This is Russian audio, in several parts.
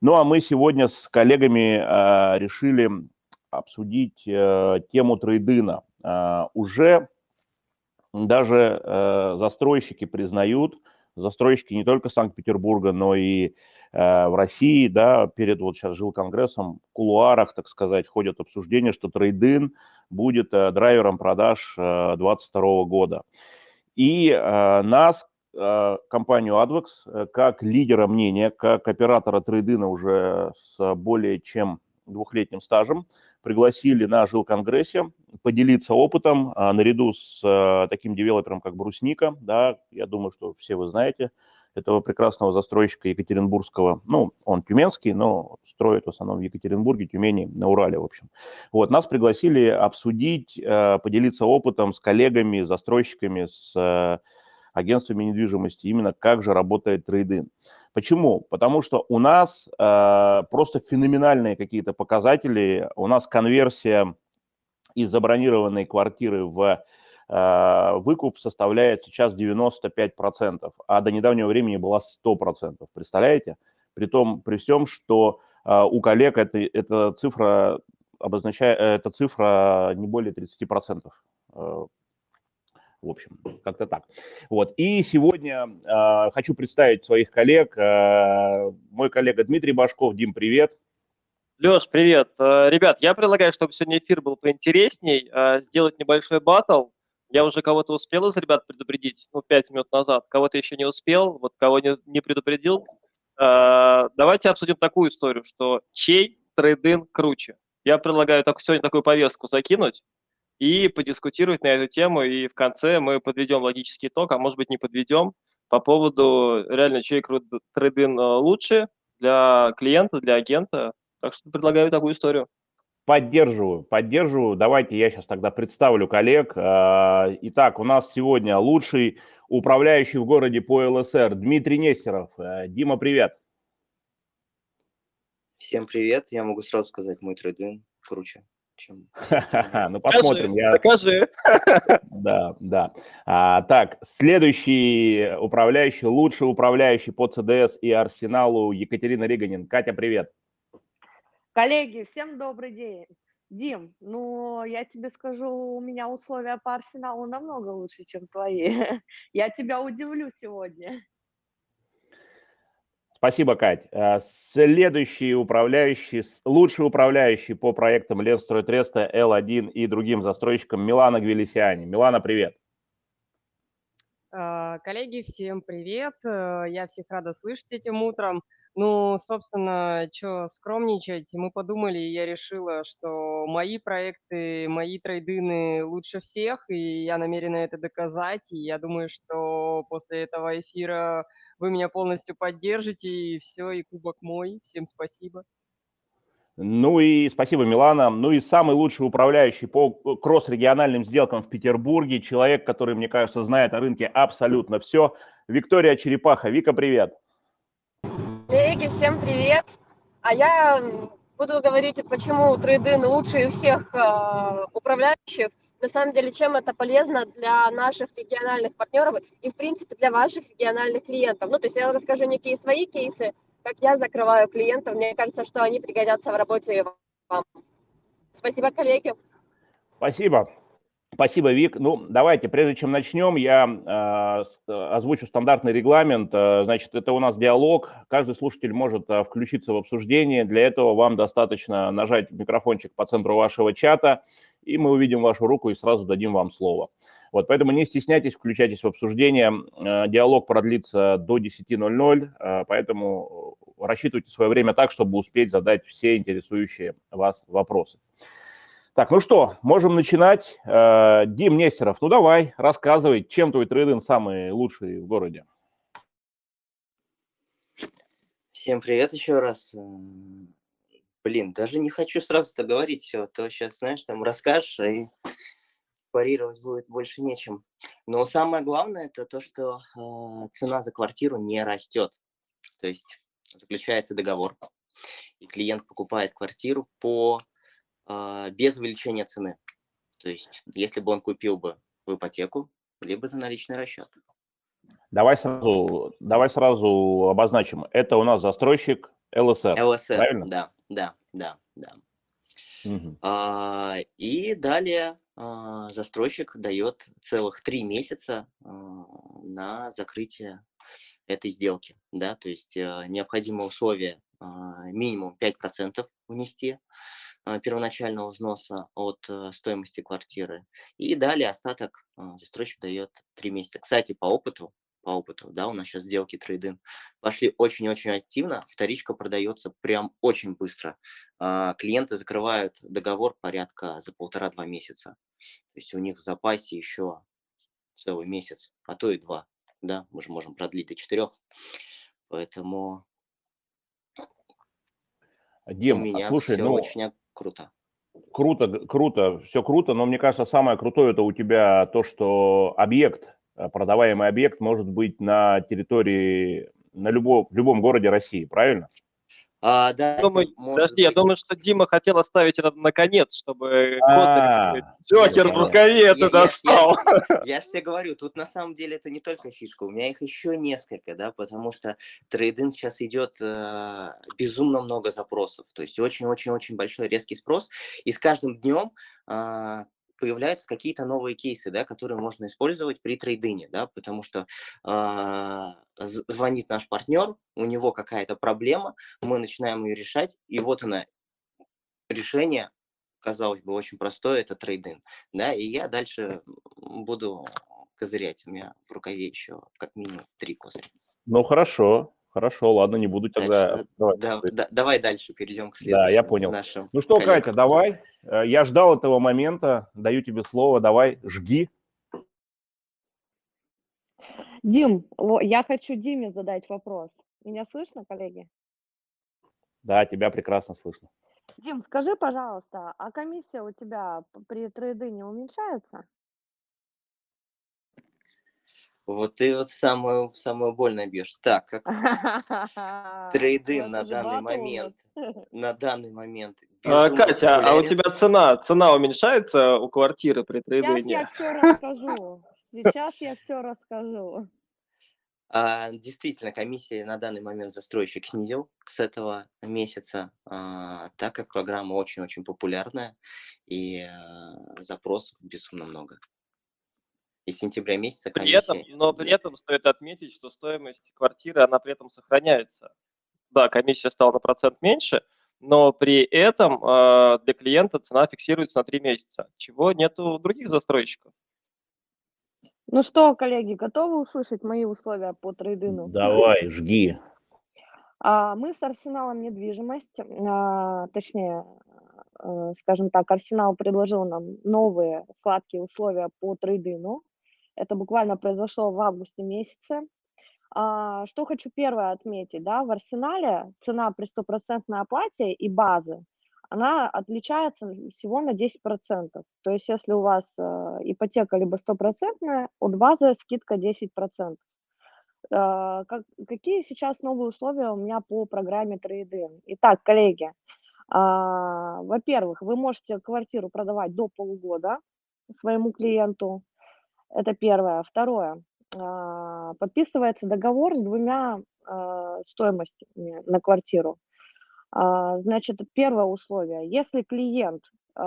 Ну, а мы сегодня с коллегами решили обсудить тему трейдина. Уже даже застройщики признают, застройщики не только Санкт-Петербурга, но и в России, да, перед вот сейчас жилконгрессом, в кулуарах, так сказать, ходят обсуждения, что трейдин будет драйвером продаж 2022 года. И нас, компанию Advex, как лидера мнения, как оператора трейдина уже с более чем двухлетним стажем, пригласили на жилконгрессе поделиться опытом наряду с таким девелопером, как Брусника. Да, я думаю, что все вы знаете этого прекрасного застройщика екатеринбургского. Ну, он тюменский, но строит в основном в Екатеринбурге, Тюмени, на Урале, в общем. Вот, нас пригласили обсудить, поделиться опытом с коллегами, застройщиками, с агентствами недвижимости, именно как же работает трейдин. Почему? Потому что у нас просто феноменальные какие-то показатели. У нас конверсия из забронированной квартиры в выкуп составляет сейчас 95%, а до недавнего времени была 100%. Представляете? При всем, что у коллег эта цифра обозначает, эта цифра не более 30%. В общем, как-то так. Вот. И сегодня хочу представить своих коллег. Мой коллега Дмитрий Башков. Дим, привет. Леш, привет. Ребят, я предлагаю, чтобы сегодня эфир был поинтересней, сделать небольшой баттл. Я уже кого-то успел из ребят предупредить, 5 минут назад, кого-то еще не успел, вот кого не предупредил. Давайте обсудим такую историю, что чей трейдин круче. Я предлагаю сегодня такую повестку закинуть и подискутировать на эту тему, и в конце мы подведем логический итог, а может быть не подведем, по поводу реально, чей трейдин лучше для клиента, для агента. Так что предлагаю такую историю. Поддерживаю. Давайте я сейчас тогда представлю коллег. Итак, у нас сегодня лучший управляющий в городе по ЛСР Дмитрий Нестеров. Дима, привет. Всем привет. Я могу сразу сказать, мой трейдин круче, чем... Ну, посмотрим. Покажи. Да. Так, следующий управляющий, лучший управляющий по ЦДС и Арсеналу Екатерина Риганин. Катя, привет. Коллеги, всем добрый день. Дим, я тебе скажу, у меня условия по Арсеналу намного лучше, чем твои. Я тебя удивлю сегодня. Спасибо, Кать. Следующий управляющий, лучший управляющий по проектам Ленстройтреста, L1 и другим застройщикам Милана Гвелисиани. Милана, привет. Коллеги, всем привет. Я всех рада слышать этим утром. Собственно, что скромничать, мы подумали, и я решила, что мои проекты, мои трейдины лучше всех, и я намерена это доказать, и я думаю, что после этого эфира вы меня полностью поддержите, и все, и кубок мой. Всем спасибо. Ну и спасибо, Милана. Ну и самый лучший управляющий по кросс-региональным сделкам в Петербурге, человек, который, мне кажется, знает о рынке абсолютно все, Виктория Черепаха. Вика, привет. Коллеги, всем привет! А я буду говорить, почему трейдин лучше из всех управляющих. На самом деле, чем это полезно для наших региональных партнеров и, в принципе, для ваших региональных клиентов. То есть я расскажу некие свои кейсы, как я закрываю клиентов. Мне кажется, что они пригодятся в работе вам. Спасибо, коллеги. Спасибо, Вик. Давайте, прежде чем начнем, я озвучу стандартный регламент. Значит, это у нас диалог. Каждый слушатель может включиться в обсуждение. Для этого вам достаточно нажать микрофончик по центру вашего чата, и мы увидим вашу руку и сразу дадим вам слово. Вот, поэтому не стесняйтесь, включайтесь в обсуждение. Диалог продлится до 10:00, поэтому рассчитывайте свое время так, чтобы успеть задать все интересующие вас вопросы. Так, можем начинать. Дим Нестеров, давай, рассказывай, чем твой трейдинг самый лучший в городе. Всем привет еще раз. Даже не хочу сразу это говорить все, то сейчас, знаешь, там расскажешь, и парировать будет больше нечем. Но самое главное, это то, что цена за квартиру не растет. То есть заключается договор, и клиент покупает квартиру без увеличения цены. То есть, если бы он купил бы в ипотеку, либо за наличный расчет. Давай сразу обозначим. Это у нас застройщик ЛСР, ЛСР, правильно? да. Мгм. И далее застройщик дает целых 3 месяца на закрытие этой сделки, да, то есть необходимое условие минимум 5% внести первоначального взноса от стоимости квартиры, и далее остаток застройщик дает 3 месяца. Кстати, по опыту, да, у нас сейчас сделки трейдинг пошли очень-очень активно, вторичка продается прям очень быстро. Клиенты закрывают договор порядка за 1,5-2 месяца. То есть у них в запасе еще целый месяц, а то и 2. Да, мы же можем продлить до 4. Поэтому у Дим, меня слушай, все ну, очень круто. круто, все круто, но мне кажется, самое крутое это у тебя то, что объект, продаваемый объект может быть на территории, в любом городе России, правильно? Да, Думаю, это может подожди, я быть. думаю, что Дима хотел оставить это на конец, чтобы козырь открыть. Я ж Джокер в тебе говорю, рукаве ты достал. я ж тебе говорю, тут на самом деле это не только фишка, у меня их еще несколько, да, потому что трейдинг сейчас идет безумно много запросов, то есть очень-очень-очень большой резкий спрос, и с каждым днем появляются какие-то новые кейсы, да, которые можно использовать при трейдинге, да, потому что звонит наш партнер, у него какая-то проблема, мы начинаем ее решать, и вот она, решение, казалось бы, очень простое, это трейдинг, да, и я дальше буду козырять, у меня в рукаве еще как минимум 3 козыря. Ну, хорошо, ладно, не буду Так тогда... что Давай. давай дальше перейдем к Да, я следующим понял. нашим Ну что, коллегам. Катя, давай. Я ждал этого момента, даю тебе слово, давай, жги. Дим, я хочу Диме задать вопрос. Меня слышно, коллеги? Да, тебя прекрасно слышно. Дим, скажи, пожалуйста, а комиссия у тебя при трейдинге уменьшается? Вот ты вот самую больно бьешь. Так, как трейдинг Это же батл у нас. на данный момент безумно Катя, а у популярен. тебя цена уменьшается у квартиры при Сейчас я трейдинге? все расскажу. Сейчас я все расскажу. Действительно, комиссии на данный момент застройщик снизил с этого месяца, так как программа очень-очень популярная и запросов безумно много. И с сентября месяца При этом, комиссия... но при этом стоит отметить, что стоимость квартиры, она при этом сохраняется. Да, комиссия стала на процент меньше, но при этом для клиента цена фиксируется на 3 месяца, чего нету у других застройщиков. Ну что, коллеги, готовы услышать мои условия по трейдину? Давай, жги. Мы с Арсеналом недвижимость, точнее, скажем так, Арсенал предложил нам новые сладкие условия по трейдину. Это буквально произошло в августе месяце. Что хочу первое отметить, да, в Арсенале цена при стопроцентной оплате и базы, она отличается всего на 10%. То есть если у вас ипотека либо стопроцентная, от базы скидка 10%. Какие сейчас новые условия у меня по программе трейдинг? Итак, коллеги, во-первых, вы можете квартиру продавать до полугода своему клиенту. Это первое. Второе. Подписывается договор с 2 стоимостями на квартиру. Значит, первое условие. Если клиент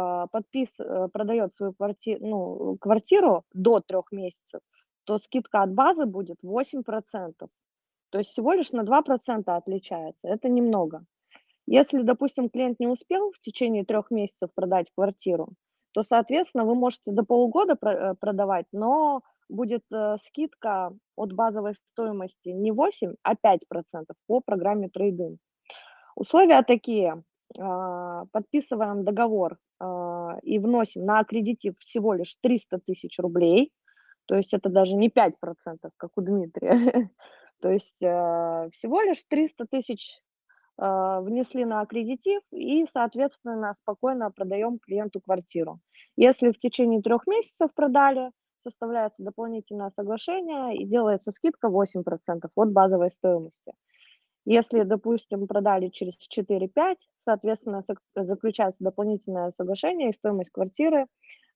продает свою квартиру до 3 месяцев, то скидка от базы будет 8%. То есть всего лишь на 2% отличается. Это немного. Если, допустим, клиент не успел в течение 3 месяцев продать квартиру, то, соответственно, вы можете до полугода продавать, но будет скидка от базовой стоимости не 8, а 5% по программе трейдинг. Условия такие. Подписываем договор и вносим на аккредитив всего лишь 300 тысяч рублей. То есть это даже не 5%, как у Дмитрия. То есть всего лишь 300 тысяч внесли на аккредитив и, соответственно, спокойно продаем клиенту квартиру. Если в течение 3 месяцев продали, составляется дополнительное соглашение и делается скидка 8% от базовой стоимости. Если, допустим, продали через 4-5, соответственно, заключается дополнительное соглашение и стоимость квартиры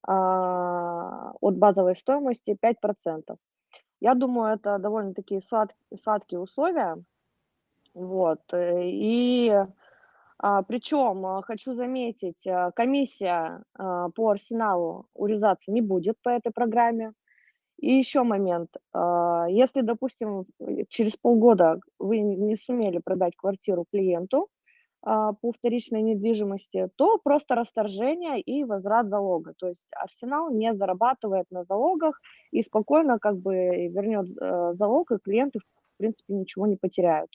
от базовой стоимости 5%. Я думаю, это довольно-таки сладкие условия. Вот. Причем, хочу заметить, комиссия по Арсеналу урезаться не будет по этой программе. И еще момент. Если, допустим, через полгода вы не сумели продать квартиру клиенту по вторичной недвижимости, то просто расторжение и возврат залога. То есть Арсенал не зарабатывает на залогах и спокойно как бы вернет залог, и клиенты, в принципе, ничего не потеряют.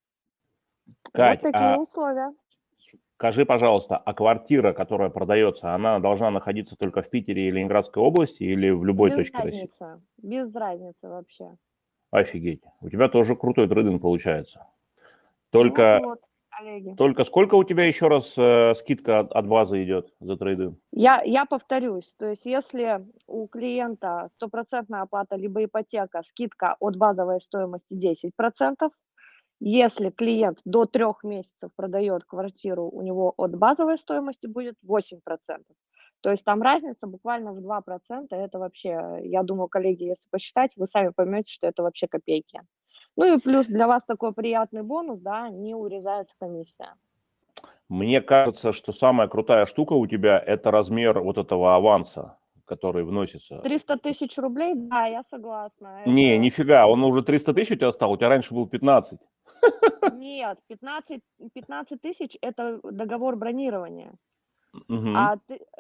Вот Кать, такие условия. скажи, пожалуйста, а квартира, которая продается, она должна находиться только в Питере и Ленинградской области или в любой Без точке России? разницы. Без разницы вообще. Офигеть. У тебя тоже крутой трейдинг получается. Ну Только, вот, коллеги. только сколько у тебя еще раз скидка от базы идет за трейдинг? Я повторюсь, то есть если у клиента стопроцентная оплата либо ипотека, скидка от базовой стоимости 10%. Если клиент до 3 месяцев продает квартиру, у него от базовой стоимости будет 8%. То есть там разница буквально в 2%. Это вообще, я думаю, коллеги, если посчитать, вы сами поймете, что это вообще копейки. Ну и плюс для вас такой приятный бонус, да, не урезается комиссия. Мне кажется, что самая крутая штука у тебя – это размер вот этого аванса, который вносится. 300 тысяч рублей, да, я согласна. Не, Это нифига, он уже 300 тысяч у тебя стал, у тебя раньше был 15. нет, 15 тысяч – это договор бронирования. Мгм.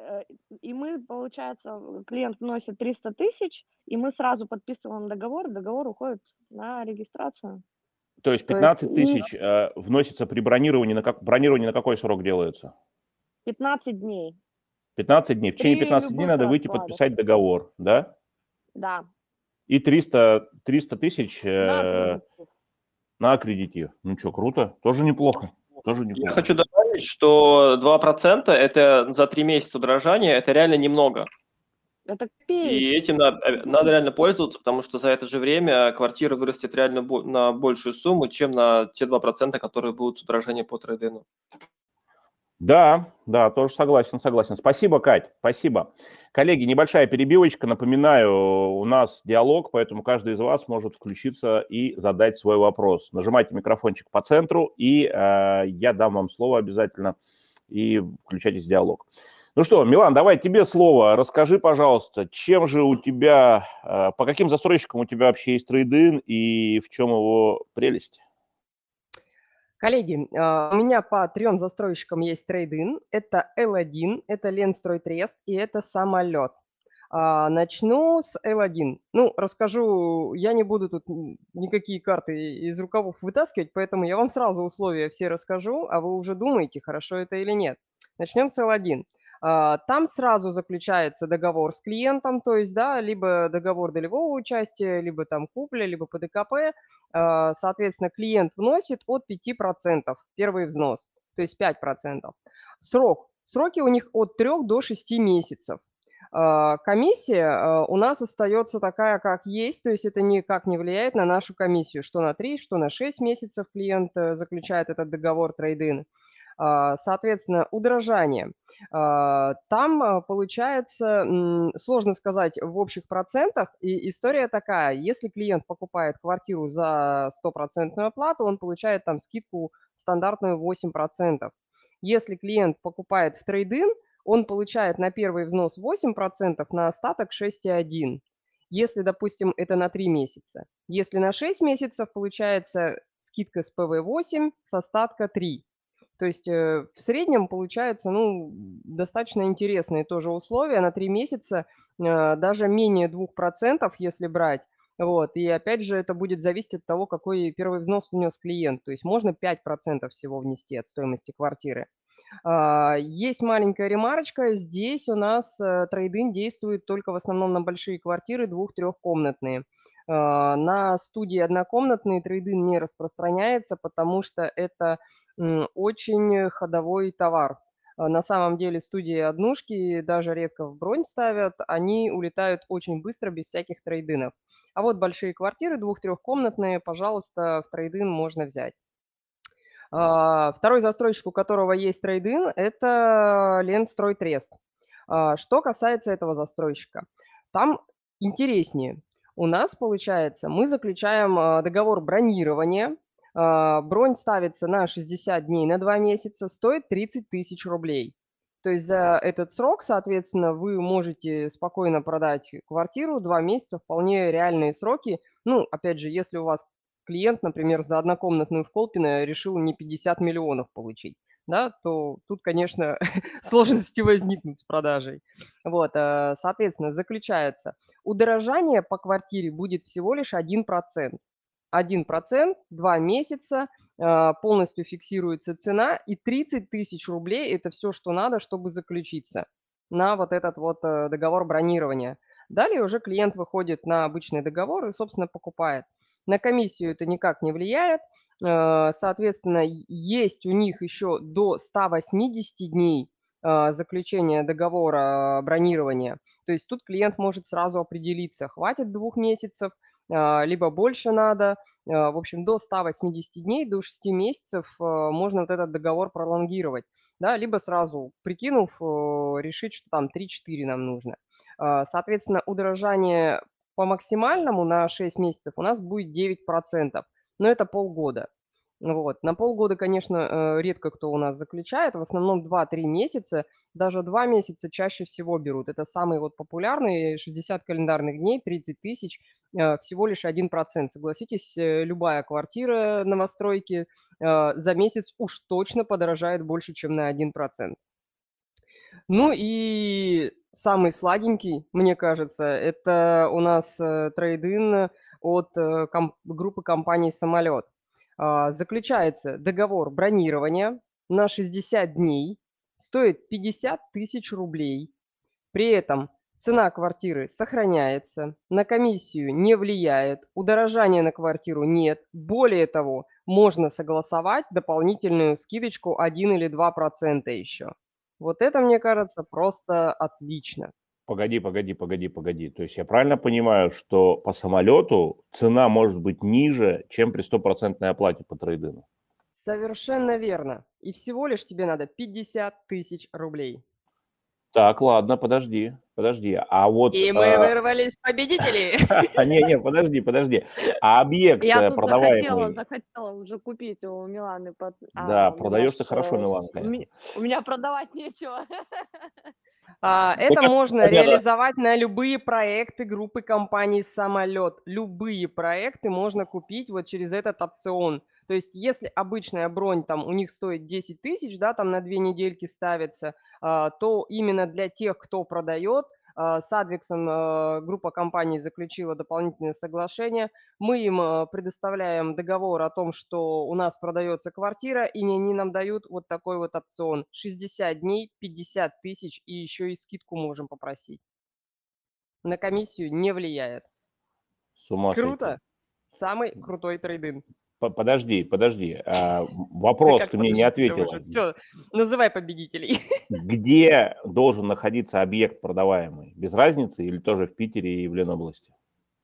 И мы, получается, клиент вносит 300 тысяч, и мы сразу подписываем договор уходит на регистрацию. То есть То есть 15 тысяч вносится при бронировании, бронирование на какой срок делается? 15 дней 15 дней. В течение при 15 дней любых надо выйти раскладах. подписать договор, да? Да, И 300 тысяч на аккредитив. на аккредитив. Ну что, круто. Тоже неплохо. Тоже Я неплохо. хочу добавить, что 2% это за 3 месяца удорожания, это реально немного. Это копейки. И этим надо реально пользоваться, потому что за это же время квартира вырастет реально на большую сумму, чем на те 2%, которые будут с удорожания по трейдину. Да, тоже согласен. Спасибо, Кать, спасибо. Коллеги, небольшая перебивочка. Напоминаю, у нас диалог, поэтому каждый из вас может включиться и задать свой вопрос. Нажимайте микрофончик по центру, и я дам вам слово обязательно, и включайтесь в диалог. Ну что, Милан, давай тебе слово. Расскажи, пожалуйста, чем же у тебя, по каким застройщикам у тебя вообще есть трейд-ин и в чем его прелесть? Коллеги, у меня по 3 застройщикам есть трейд-ин. Это L1, это Ленстройтрест и это Самолет. Начну с L1. Ну, расскажу, я не буду тут никакие карты из рукавов вытаскивать, поэтому я вам сразу условия все расскажу, а вы уже думаете, хорошо это или нет. Начнем с L1. Там сразу заключается договор с клиентом, то есть, да, либо договор долевого участия, либо там купля, либо ПДКП. Соответственно, клиент вносит от 5% первый взнос, то есть 5%. Сроки у них от 3 до 6 месяцев. Комиссия у нас остается такая, как есть, то есть это никак не влияет на нашу комиссию, что на 3, что на 6 месяцев клиент заключает этот договор трейд-ин. Соответственно, удорожание. Там получается, сложно сказать в общих процентах, и история такая, если клиент покупает квартиру за 100% оплату, он получает там скидку стандартную 8%. Если клиент покупает в трейд-ин, он получает на первый взнос 8%, на остаток 6,1%. Если, допустим, это на 3 месяца. Если на 6 месяцев, получается скидка с ПВ 8, с остатка 3. То есть в среднем получается, ну, достаточно интересные тоже условия. На 3 месяца даже менее 2%, если брать. Вот. И опять же, это будет зависеть от того, какой первый взнос внес клиент. То есть можно 5% всего внести от стоимости квартиры. Есть маленькая ремарочка. Здесь у нас трейд-ин действует только в основном на большие квартиры 2-3-комнатные. На студии однокомнатные трейд-ин не распространяется, потому что это очень ходовой товар. На самом деле студии однушки даже редко в бронь ставят, они улетают очень быстро, без всяких трейд-инов. А вот большие квартиры 2-3-комнатные, пожалуйста, в трейд-ин можно взять. Второй застройщик, у которого есть трейд-ин, это Ленстройтрест. Что касается этого застройщика, там интереснее. У нас, получается, мы заключаем договор бронирования, Бронь ставится на 60 дней на 2 месяца, стоит 30 тысяч рублей. То есть за этот срок, соответственно, вы можете спокойно продать квартиру, 2 месяца, вполне реальные сроки. Ну, опять же, если у вас клиент, например, за однокомнатную в Колпино решил не 50 миллионов получить, да, то тут, конечно, сложности возникнут с продажей. Вот, соответственно, заключается, удорожание по квартире будет всего лишь 1%. 1%, 2 месяца, полностью фиксируется цена, и 30 тысяч рублей – это все, что надо, чтобы заключиться на вот этот вот договор бронирования. Далее уже клиент выходит на обычный договор и, собственно, покупает. На комиссию это никак не влияет. Соответственно, есть у них еще до 180 дней заключения договора бронирования. То есть тут клиент может сразу определиться, хватит 2 месяцев, либо больше надо. В общем, до 180 дней, до 6 месяцев можно вот этот договор пролонгировать, да, либо сразу, прикинув, решить, что там 3-4 нам нужно. Соответственно, удорожание по максимальному на 6 месяцев у нас будет 9%, но это полгода. Вот. На полгода, конечно, редко кто у нас заключает, в основном 2-3 месяца, даже 2 месяца чаще всего берут. Это самый вот популярный, 60 календарных дней, 30 тысяч, всего лишь 1%. Согласитесь, любая квартира новостройки за месяц уж точно подорожает больше, чем на 1%. Ну и самый сладенький, мне кажется, это у нас трейд-ин от группы компаний «Самолет». Заключается договор бронирования на 60 дней, стоит 50 тысяч рублей. При этом цена квартиры сохраняется, на комиссию не влияет, удорожания на квартиру нет. Более того, можно согласовать дополнительную скидочку 1 или 2% еще. Вот это, мне кажется, просто отлично. Погоди. То есть я правильно понимаю, что по самолету цена может быть ниже, чем при 100% оплате по трейдину? Совершенно верно. И всего лишь тебе надо 50 тысяч рублей. Так, ладно, подожди. А вот... И мы вырвались победители. Не, подожди. А объект Я тут продаваемый... захотела уже купить у Миланы. Да, продаешь ты хорошо, Милана, конечно. У меня продавать нечего. Это можно реализовать на любые проекты группы компаний «Самолет». Любые проекты можно купить вот через этот опцион. То есть если обычная бронь там у них стоит 10 тысяч, да, там на 2 недельки ставится, то именно для тех, кто продает, с Адвексом группа компаний заключила дополнительное соглашение. Мы им предоставляем договор о том, что у нас продается квартира, и они нам дают вот такой вот опцион. 60 дней, 50 тысяч, и еще и скидку можем попросить. На комиссию не влияет. С ума сойти. Круто. Самый крутой трейд-ин. Подожди. Вопрос ты мне не ответила. Все, называй победителей. Где должен находиться объект продаваемый? Без разницы или тоже в Питере и в Ленобласти?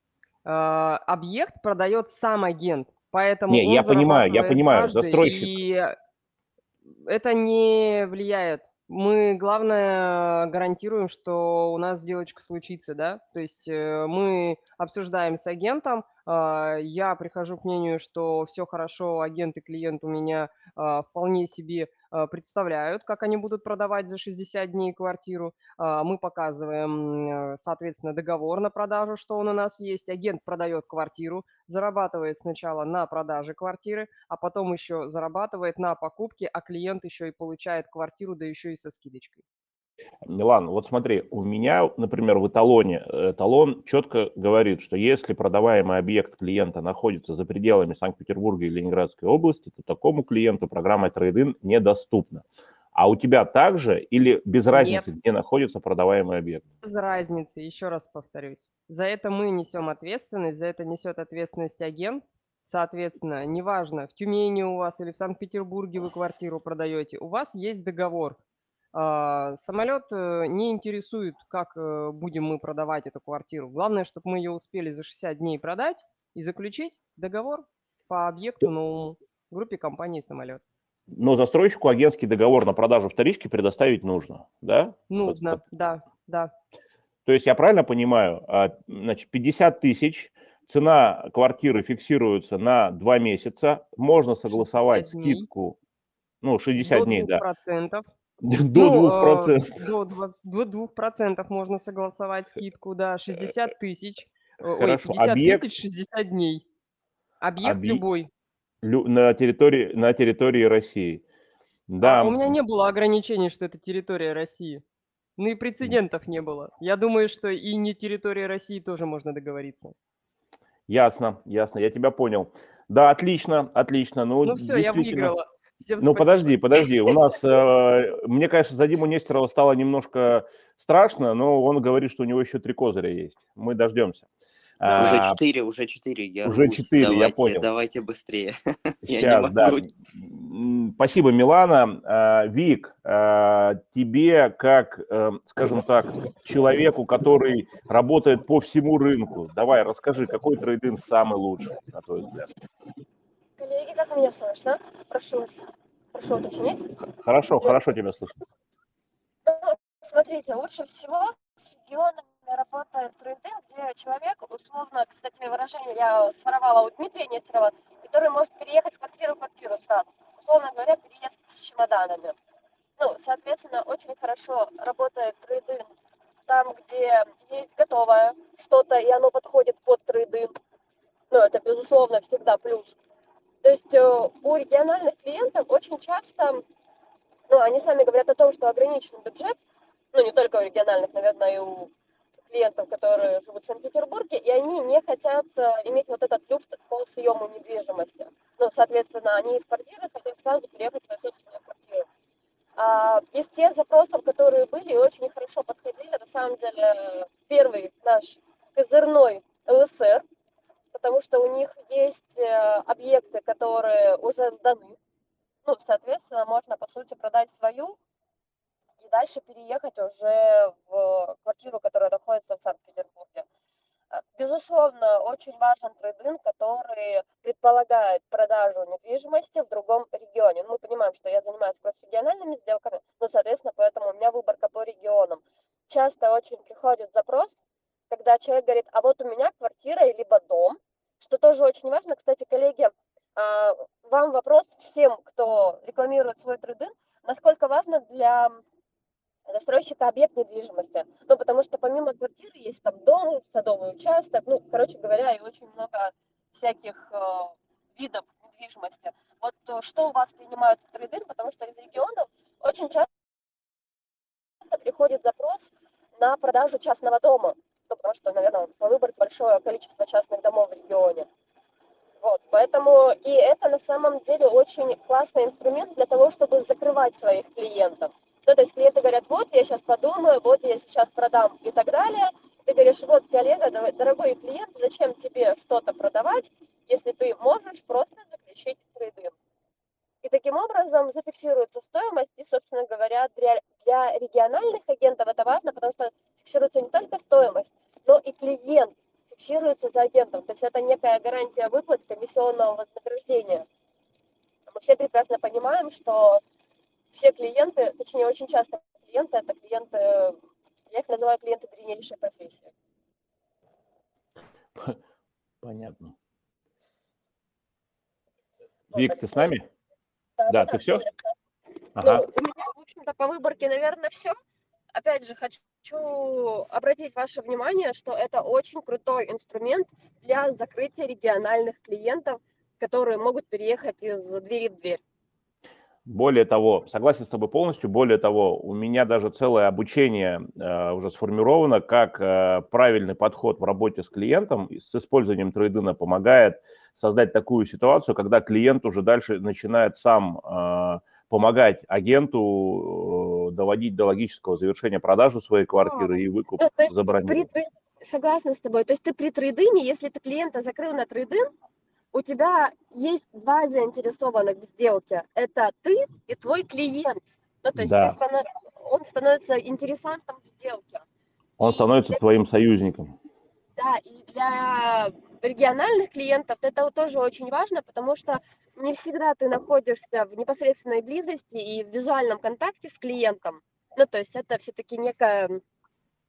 Объект продает сам агент, поэтому Не, он я понимаю, каждый, застройщик. И это не влияет. Мы, главное, гарантируем, что у нас сделочка случится, да, то есть мы обсуждаем с агентом, я прихожу к мнению, что все хорошо, агент и клиент у меня вполне себе представляют, как они будут продавать за 60 дней квартиру. Мы показываем, соответственно, договор на продажу, что он у нас есть. Агент продает квартиру, зарабатывает сначала на продаже квартиры, а потом еще зарабатывает на покупке, а клиент еще и получает квартиру, да еще и со скидочкой. Милан, вот смотри, у меня, например, в эталоне, эталон четко говорит, что если продаваемый объект клиента находится за пределами Санкт-Петербурга и Ленинградской области, то такому клиенту программа Trade-in недоступна. А у тебя также или без разницы, где находится продаваемый объект? Без разницы, еще раз повторюсь. За это мы несем ответственность, за это несет ответственность агент. Соответственно, неважно, в Тюмени у вас или в Санкт-Петербурге вы квартиру продаете, у вас есть договор. Самолет не интересует, как будем мы продавать эту квартиру. Главное, чтобы мы ее успели за 60 дней продать и заключить договор по объекту новому группе компании «Самолет». Но застройщику агентский договор на продажу вторички предоставить нужно, да? Нужно, да. То есть я правильно понимаю, значит, 50 тысяч цена квартиры фиксируется на 2 месяца, можно согласовать 60 дней. скидку, 60 До дней, да, 2%. до 2%. До 2% можно согласовать скидку, да, 60 тысяч. Ой, Хорошо, 50 объект тысяч, 60 дней. Объект любой. на территории России. У Да, меня не было ограничений, что это территория России. Ну и прецедентов не было. Я думаю, что и не территория России тоже можно договориться. ясно, я тебя понял. Да, отлично. Ну все, я Действительно. выиграла. Всем спасибо. Подожди. У нас, мне, конечно, за Диму Нестерова стало немножко страшно, но он говорит, что у него еще 3 козыря есть. Мы дождемся. Уже 4, я Уже рвусь. 4, я понял. Давайте быстрее. Я не Сейчас, да. могу. Спасибо, Милана. Вик, тебе, как, скажем так, человеку, который работает по всему рынку, давай расскажи, какой трейдинг самый лучший, на твой взгляд? Коллеги, как меня слышно? Прошу уточнить. Хорошо тебя слышно. Ну, смотрите, лучше всего с регионами работает трейдинг, где человек, условно, кстати, выражение я своровала у Дмитрия Нестерова, который может переехать с квартиры в квартиру сразу. Условно говоря, переезд с чемоданами. Соответственно, очень хорошо работает трейдинг там, где есть готовое что-то, и оно подходит под трейдинг. Это, безусловно, всегда плюс. То есть у региональных клиентов очень часто, они сами говорят о том, что ограничен бюджет, не только у региональных, наверное, и у клиентов, которые живут в Санкт-Петербурге, и они не хотят иметь вот этот люфт по съему недвижимости. Соответственно, они из квартиры хотят сразу переехать в свою собственную квартиру. Из тех запросов, которые были и очень хорошо подходили, на самом деле, первый наш козырной ЛСР, потому что у них есть объекты, которые уже сданы. Соответственно, можно, по сути, продать свою и дальше переехать уже в квартиру, которая находится в Санкт-Петербурге. Безусловно, очень важен трейдинг, который предполагает продажу недвижимости в другом регионе. Мы понимаем, что я занимаюсь просто региональными сделками, соответственно, поэтому у меня выборка по регионам. Часто очень приходит запрос, когда человек говорит, а вот у меня квартира либо дом, что тоже очень важно. Кстати, коллеги, вам вопрос всем, кто рекламирует свой трейдинг, насколько важно для застройщика объект недвижимости. Потому что помимо квартиры есть там дом, садовый участок, короче говоря, и очень много всяких видов недвижимости. Что у вас принимают в трейдинг, потому что из регионов очень часто приходит запрос на продажу частного дома. Потому что, наверное, по выборке большое количество частных домов в регионе. Поэтому и это на самом деле очень классный инструмент для того, чтобы закрывать своих клиентов. То есть клиенты говорят, вот я сейчас подумаю, вот я сейчас продам и так далее. Ты говоришь, вот, коллега, дорогой клиент, зачем тебе что-то продавать, если ты можешь просто заключить трейдинг. И таким образом зафиксируется стоимость, и, собственно говоря, для региональных агентов это важно, потому что фиксируется не только стоимость, но и клиент фиксируется за агентом. То есть это некая гарантия выплат комиссионного вознаграждения. Мы все прекрасно понимаем, что все клиенты, точнее, очень часто клиенты, это клиенты, я их называю клиенты древнейшей профессии. Понятно. Вик, ты с нами? Да, ты все? Ага. У меня, в общем-то, по выборке, наверное, все. Опять же, хочу обратить ваше внимание, что это очень крутой инструмент для закрытия региональных клиентов, которые могут переехать из двери в дверь. Более того, согласен с тобой полностью, более того, у меня даже целое обучение уже сформировано, как правильный подход в работе с клиентом с использованием трейдинга помогает создать такую ситуацию, когда клиент уже дальше начинает сам помогать агенту доводить до логического завершения продажу своей квартиры и выкуп забронировать. Согласна с тобой. То есть ты при трейдинге, если ты клиента закрыл на трейдинг, у тебя есть 2 заинтересованных в сделке. Это ты и твой клиент. То есть да. Он становится интересантом в сделке. Он становится твоим союзником. Да, и для региональных клиентов это тоже очень важно, потому что не всегда ты находишься в непосредственной близости и в визуальном контакте с клиентом. То есть это все-таки некая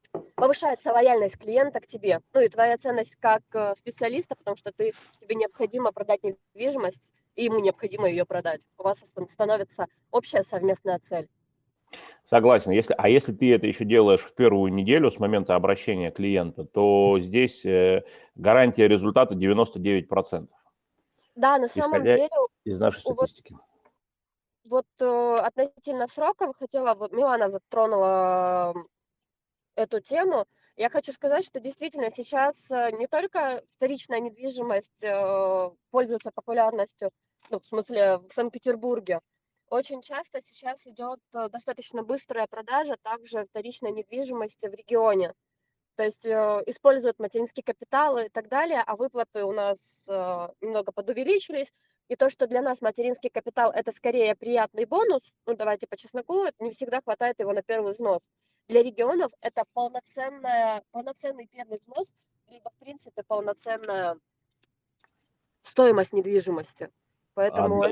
повышается лояльность клиента к тебе, ну и твоя ценность как специалиста, потому что тебе необходимо продать недвижимость, и ему необходимо ее продать. У вас становится общая совместная цель. Согласен. Если ты это еще делаешь в первую неделю с момента обращения клиента, то здесь гарантия результата 99%, Да, на самом исходя деле, из нашей статистики. вот относительно сроков, Милана затронула эту тему. Я хочу сказать, что действительно сейчас не только вторичная недвижимость пользуется популярностью, ну, в смысле, в Санкт-Петербурге. Очень часто сейчас идет достаточно быстрая продажа также вторичной недвижимости в регионе. То есть используют материнский капитал и так далее, а выплаты у нас немного подувеличились. И то, что для нас материнский капитал – это скорее приятный бонус, ну давайте по чесноку, не всегда хватает его на первый взнос. Для регионов это полноценный первый взнос, либо, в принципе, полноценная стоимость недвижимости. Поэтому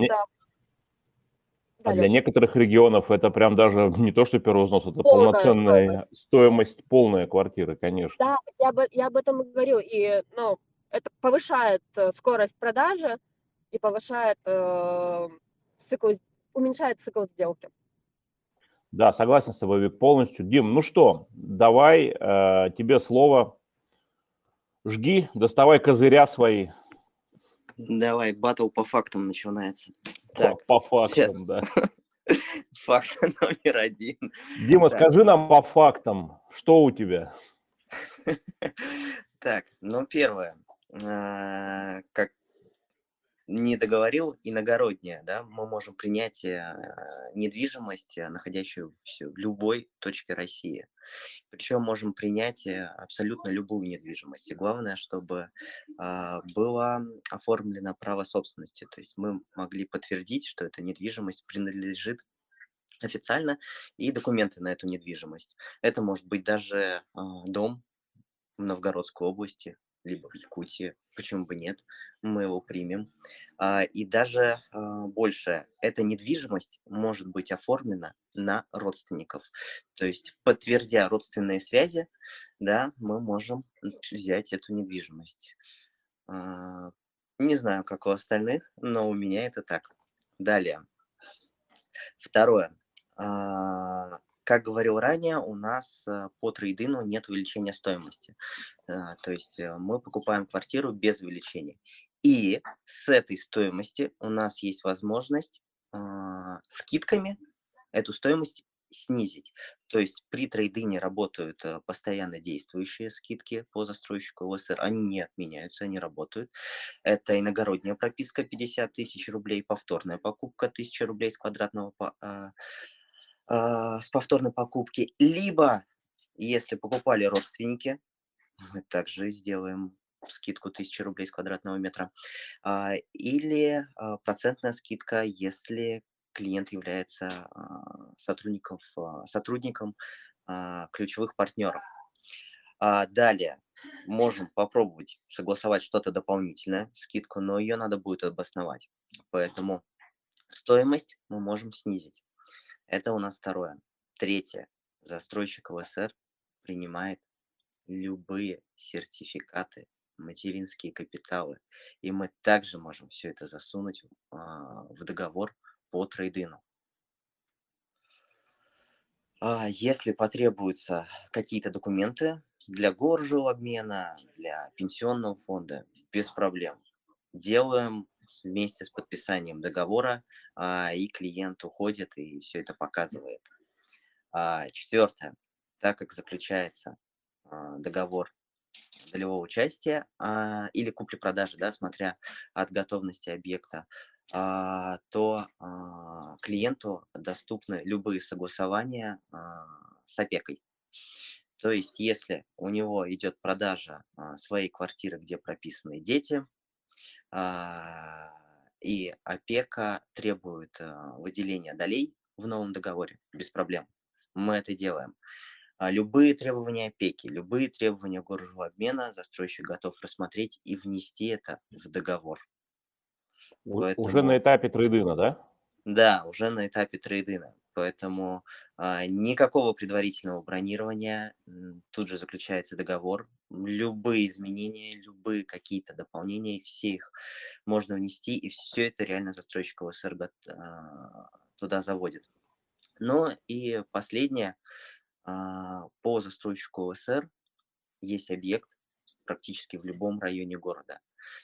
А для некоторых регионов это прям даже не то, что первый взнос, это полноценная стоимость полной квартиры, конечно. Да, я об этом и говорю. И это повышает скорость продажи и повышает уменьшает цикл сделки. Да, согласен с тобой, Вик, полностью. Дим, ну что, давай тебе слово. Жги, доставай козыря свои. Давай, баттл по фактам начинается. Так, по фактам, да. Факт номер 1. Дима, скажи нам по фактам, что у тебя? Так, первое. Как не договорил, иногороднее, да, мы можем принять недвижимость, находящуюся в любой точке России. Причем можем принять абсолютно любую недвижимость. И главное, чтобы было оформлено право собственности. То есть мы могли подтвердить, что эта недвижимость принадлежит официально, и документы на эту недвижимость. Это может быть даже дом в Новгородской области, либо в Якутии, почему бы нет, мы его примем. И даже больше, эта недвижимость может быть оформлена на родственников. То есть, подтвердя родственные связи, да, мы можем взять эту недвижимость. Не знаю, как у остальных, но у меня это так. Далее. Второе. Как говорил ранее, у нас по трейдину нет увеличения стоимости. То есть мы покупаем квартиру без увеличения. И с этой стоимости у нас есть возможность скидками эту стоимость снизить. То есть при трейдине работают постоянно действующие скидки по застройщику ЛСР. Они не отменяются, они работают. Это иногородняя прописка 50 тысяч рублей, повторная покупка 1000 рублей с повторной покупки. Либо, если покупали родственники, мы также сделаем скидку 1000 рублей с квадратного метра. Или процентная скидка, если клиент является сотрудником ключевых партнеров. Далее можем попробовать согласовать что-то дополнительное, скидку, но ее надо будет обосновать. Поэтому стоимость мы можем снизить. Это у нас второе. Третье. Застройщик ЛСР принимает любые сертификаты, материнские капиталы. И мы также можем все это засунуть в договор по трейдину. Если потребуются какие-то документы для обмена, для пенсионного фонда, без проблем. Делаем вместе с подписанием договора, и клиент уходит и все это показывает. Четвертое. Так как заключается договор долевого участия или купли-продажи, да, смотря от готовности объекта, то клиенту доступны любые согласования с опекой. То есть, если у него идет продажа своей квартиры, где прописаны дети, и опека требует выделения долей в новом договоре, без проблем. Мы это делаем. Любые требования опеки, любые требования обмена застройщик готов рассмотреть и внести это в договор. Уже на этапе трейдина, да? Да, уже на этапе трейдина. Поэтому никакого предварительного бронирования, тут же заключается договор. Любые изменения, любые какие-то дополнения, все их можно внести, и все это реально застройщик ОСР туда заводит. Ну и последнее, по застройщику ОСР есть объект практически в любом районе города.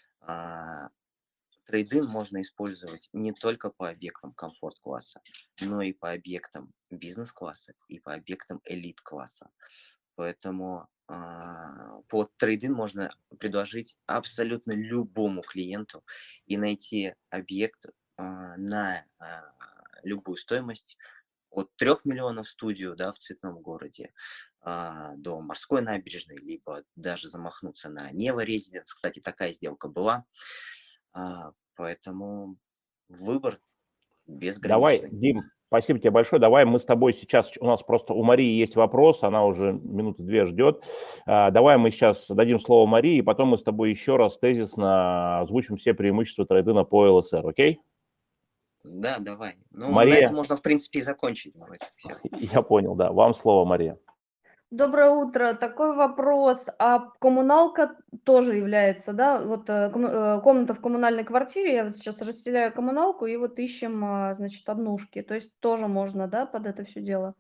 Трейд-ин можно использовать не только по объектам комфорт-класса, но и по объектам бизнес-класса и по объектам элит-класса. Поэтому по трейд-ин можно предложить абсолютно любому клиенту и найти объект на любую стоимость от 3 миллионов студию, да, в Цветном городе до Морской набережной, либо даже замахнуться на Нева Резиденс. Кстати, такая сделка была. Поэтому выбор Давай, безграничный. Дим, спасибо тебе большое. Давай мы с тобой сейчас, у нас просто у Марии есть вопрос, она уже минуты 2 ждет. Давай мы сейчас дадим слово Марии, и потом мы с тобой еще раз тезисно озвучим все преимущества трейдина по ЛСР, окей? Да, давай. Ну, Мария. на этом можно, в принципе, и закончить. Давайте. Всё. Я понял, да. Вам слово, Мария. Доброе утро. Такой вопрос. А коммуналка тоже является, да? Вот комната в коммунальной квартире, я вот сейчас расселяю коммуналку, и вот ищем, значит, однушки. То есть тоже можно, да, под это все дело?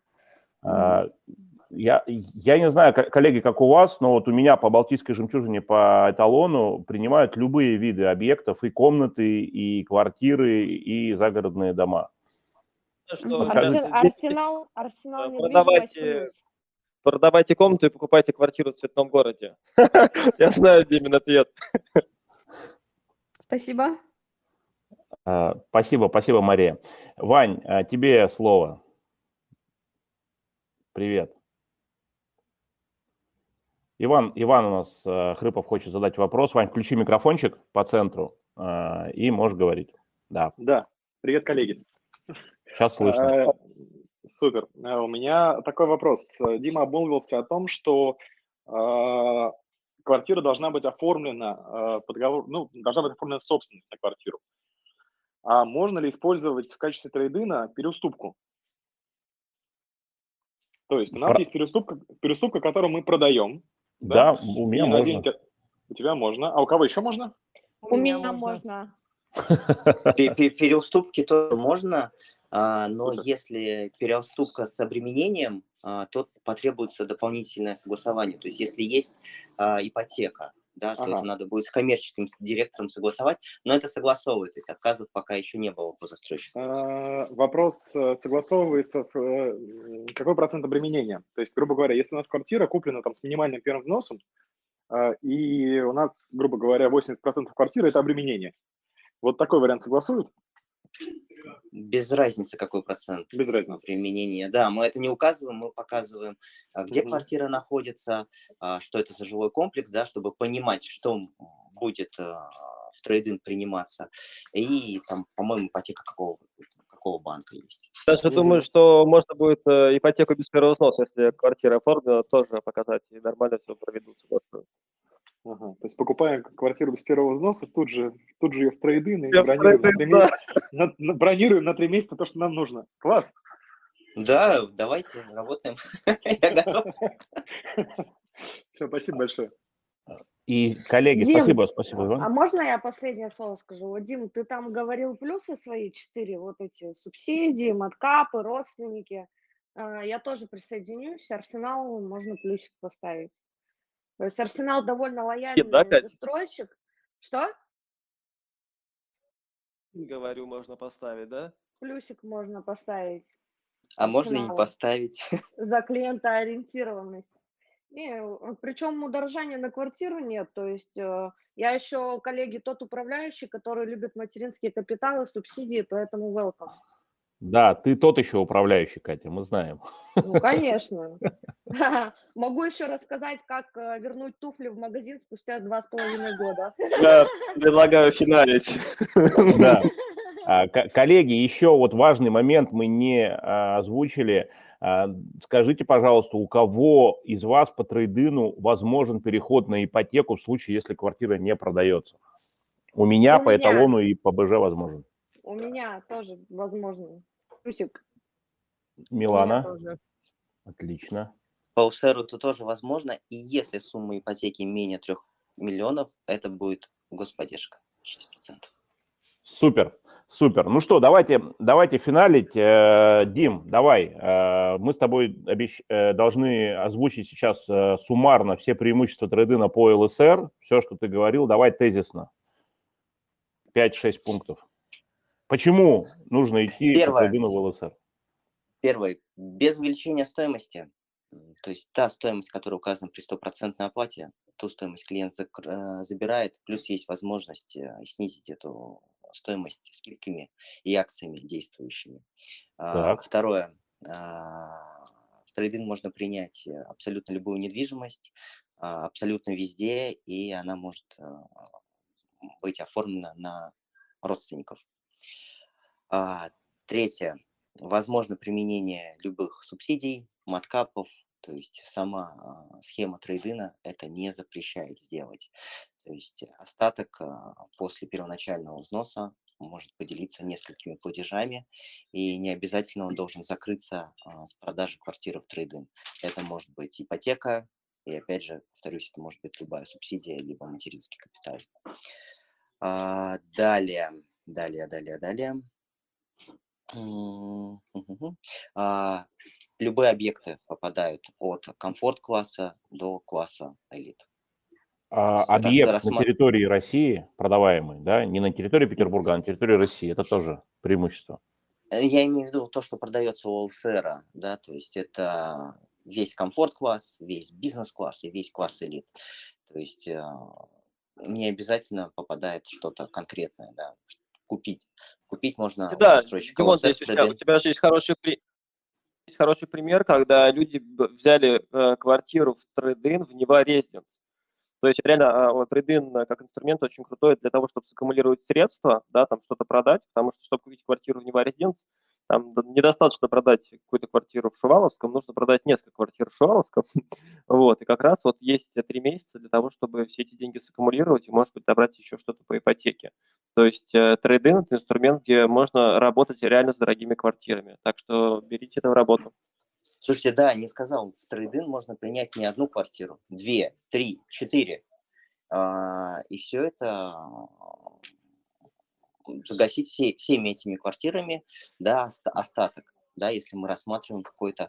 Я не знаю, коллеги, как у вас, но вот у меня по Балтийской жемчужине, по эталону принимают любые виды объектов, и комнаты, и квартиры, и загородные дома. Что Расскажи. сейчас Арсенал недвижимость плюс. продавайте комнату и покупайте квартиру в Цветном городе. Я знаю Димин ответ. Спасибо. Спасибо, Мария. Вань, тебе слово. Привет. Иван у нас, Хрипов, хочет задать вопрос. Вань, включи микрофончик по центру и можешь говорить. Да. Да, привет, коллеги. Сейчас слышно. Супер. У меня такой вопрос. Дима обмолвился о том, что квартира должна быть оформлена по договору, ну, должна быть оформлена собственность на квартиру. А можно ли использовать в качестве трейдина переуступку? То есть у нас есть переуступка, которую мы продаем. Да, у меня можно. У тебя можно. А у кого еще можно? У меня можно. Переуступки тоже можно, но Супер. если переуступка с обременением, то потребуется дополнительное согласование. То есть если есть ипотека, да, то это надо будет с коммерческим директором согласовать, но это согласовывает, то есть отказов пока еще не было по застройщику. Вопрос согласовывается, какой процент обременения. То есть, грубо говоря, если у нас квартира куплена там с минимальным первым взносом, и у нас, грубо говоря, 80% квартиры – это обременение. Вот такой вариант согласуют? Без разницы, какой процент Без разницы. применения. Да, мы это не указываем, мы показываем, где квартира находится, что это за жилой комплекс, да, чтобы понимать, что будет в трейд-ин приниматься. И там, по-моему, ипотека какого банка есть. Даже думаю, что можно будет ипотеку без первого взноса, если квартира оформлена, тоже показать, и нормально все проведут, согласую. То есть покупаем квартиру без первого взноса, тут же ее в трейд-ин и Я в бронируем на 3 месяца то, что нам нужно. Класс! Да, давайте, работаем. Я готов. Все, спасибо большое. И, коллеги, Дим, спасибо, Иван. А можно я последнее слово скажу? Вот, Дим, ты там говорил плюсы свои 4, вот эти субсидии, маткапы, родственники. Я тоже присоединюсь, Арсеналу можно плюсик поставить. То есть Арсенал довольно лояльный Да, Катя? застройщик. Что? Говорю, можно поставить, да? Плюсик можно поставить. А можно и не Арсеналу. поставить. За клиентоориентированность. Причем удорожания на квартиру нет. То есть я еще, коллеги, тот управляющий, который любит материнские капиталы, субсидии, поэтому welcome. Да, ты тот еще управляющий, Катя, мы знаем. Ну, конечно. Могу еще рассказать, как вернуть туфли в магазин спустя 2,5 года. Я предлагаю финалить. Да. Коллеги, еще вот важный момент мы не озвучили. Скажите, пожалуйста, у кого из вас по трейдину возможен переход на ипотеку в случае, если квартира не продается? У меня по эталону и по БЖ возможен. У меня тоже возможно. Плюсик. Меня Милана, тоже. отлично. По УСРу это тоже возможно. И если сумма ипотеки менее 3 миллионов, это будет господдержка 6%. Супер, супер. Ну что, давайте финалить. Дим, давай. Мы с тобой должны озвучить сейчас суммарно все преимущества трейдина по ЛСР. Все, что ты говорил, давай тезисно. 5-6 пунктов. Почему нужно идти по трейдину в ЛСР? Первое. Без увеличения стоимости. То есть та стоимость, которая указана при 100% оплате, ту стоимость клиент забирает, плюс есть возможность снизить эту стоимость скидками и акциями действующими. Так. Второе. В трейдинг можно принять абсолютно любую недвижимость, абсолютно везде, и она может быть оформлена на родственников. Третье. Возможно применение любых субсидий, маткапов, то есть сама схема трейдина это не запрещает сделать. То есть остаток после первоначального взноса может поделиться несколькими платежами, и не обязательно он должен закрыться с продажи квартиры в трейдинг. Это может быть ипотека, и опять же, повторюсь, это может быть любая субсидия, либо материнский капитал. Далее. Любые объекты попадают от комфорт-класса до класса элит. Объект на территории России продаваемый, да, не на территории Петербурга, а на территории России, это тоже преимущество. Я имею в виду то, что продается у ЛСР, да, то есть это весь комфорт-класс, весь бизнес-класс и весь класс элит. То есть не обязательно попадает что-то конкретное, да, купить. Купить можно у Да, застройщика Димон, ЛСР. здесь у тебя же есть хороший пример, когда люди взяли квартиру в трейд-ин в Нева Резиденс. То есть реально трейд-ин как инструмент очень крутой для того, чтобы саккумулировать средства, да, там что-то продать, потому что, чтобы купить квартиру в Нева Резиденс, там недостаточно продать какую-то квартиру в Шуваловском, нужно продать несколько квартир в Шуваловском. Вот, и как раз вот есть 3 месяца для того, чтобы все эти деньги саккумулировать и, может быть, добрать еще что-то по ипотеке. То есть трейд-ин – это инструмент, где можно работать реально с дорогими квартирами. Так что берите это в работу. Слушайте, да, не сказал, в трейд-ин можно принять не одну квартиру, 2, 3, 4. И все это загасить всеми этими квартирами, да, остаток. Да, если мы рассматриваем какую-то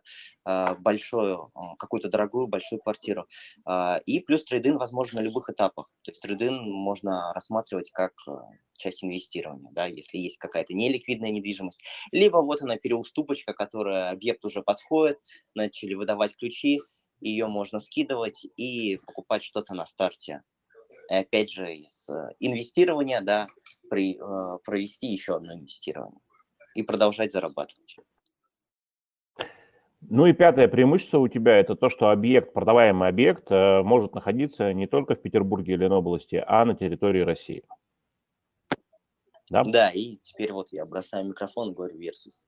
дорогую большую квартиру. И плюс трейд-ин возможно на любых этапах. То есть трейд-ин можно рассматривать как часть инвестирования, да, если есть какая-то неликвидная недвижимость. Либо вот она переуступочка, которая объект уже подходит, начали выдавать ключи, ее можно скидывать и покупать что-то на старте. И опять же из инвестирования, да, провести еще одно инвестирование и продолжать зарабатывать. Ну и пятое преимущество у тебя – это то, что продаваемый объект может находиться не только в Петербурге или Ленобласти, а на территории России. Да? Да, и теперь вот я бросаю микрофон и говорю versus.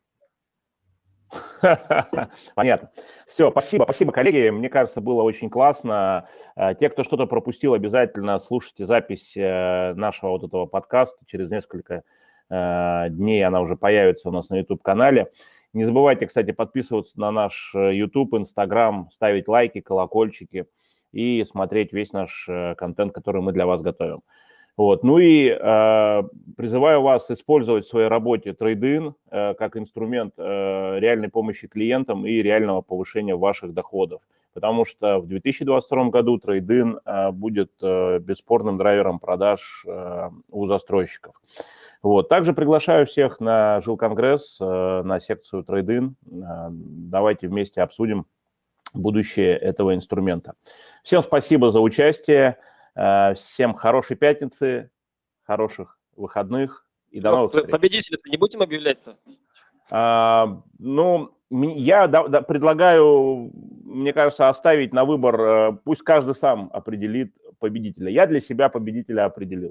Понятно. Все, спасибо, коллеги. Мне кажется, было очень классно. Те, кто что-то пропустил, обязательно слушайте запись нашего вот этого подкаста. Через несколько дней она уже появится у нас на YouTube-канале. Не забывайте, кстати, подписываться на наш YouTube, Instagram, ставить лайки, колокольчики и смотреть весь наш контент, который мы для вас готовим. Вот. Ну и призываю вас использовать в своей работе трейд-ин как инструмент реальной помощи клиентам и реального повышения ваших доходов. Потому что в 2022 году трейд-ин будет бесспорным драйвером продаж у застройщиков. Вот. Также приглашаю всех на Жилконгресс, на секцию трейд-ин. Давайте вместе обсудим будущее этого инструмента. Всем спасибо за участие. Всем хорошей пятницы, хороших выходных и до новых встреч. Победителя-то не будем объявлять-то? Ну, я предлагаю, мне кажется, оставить на выбор, пусть каждый сам определит победителя. Я для себя победителя определил.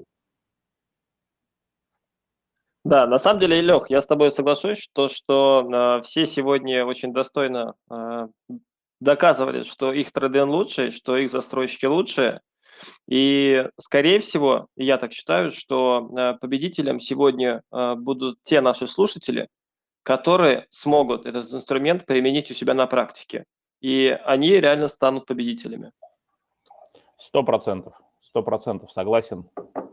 Да, на самом деле, Лех, я с тобой соглашусь, что все сегодня очень достойно доказывали, что их трейд-ин лучше, что их застройщики лучше. И, скорее всего, я так считаю, что победителем сегодня будут те наши слушатели, которые смогут этот инструмент применить у себя на практике. И они реально станут победителями. 100%. 100% согласен.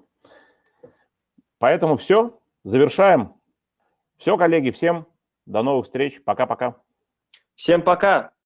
Поэтому все, завершаем. Все, коллеги, всем до новых встреч. Пока-пока. Всем пока!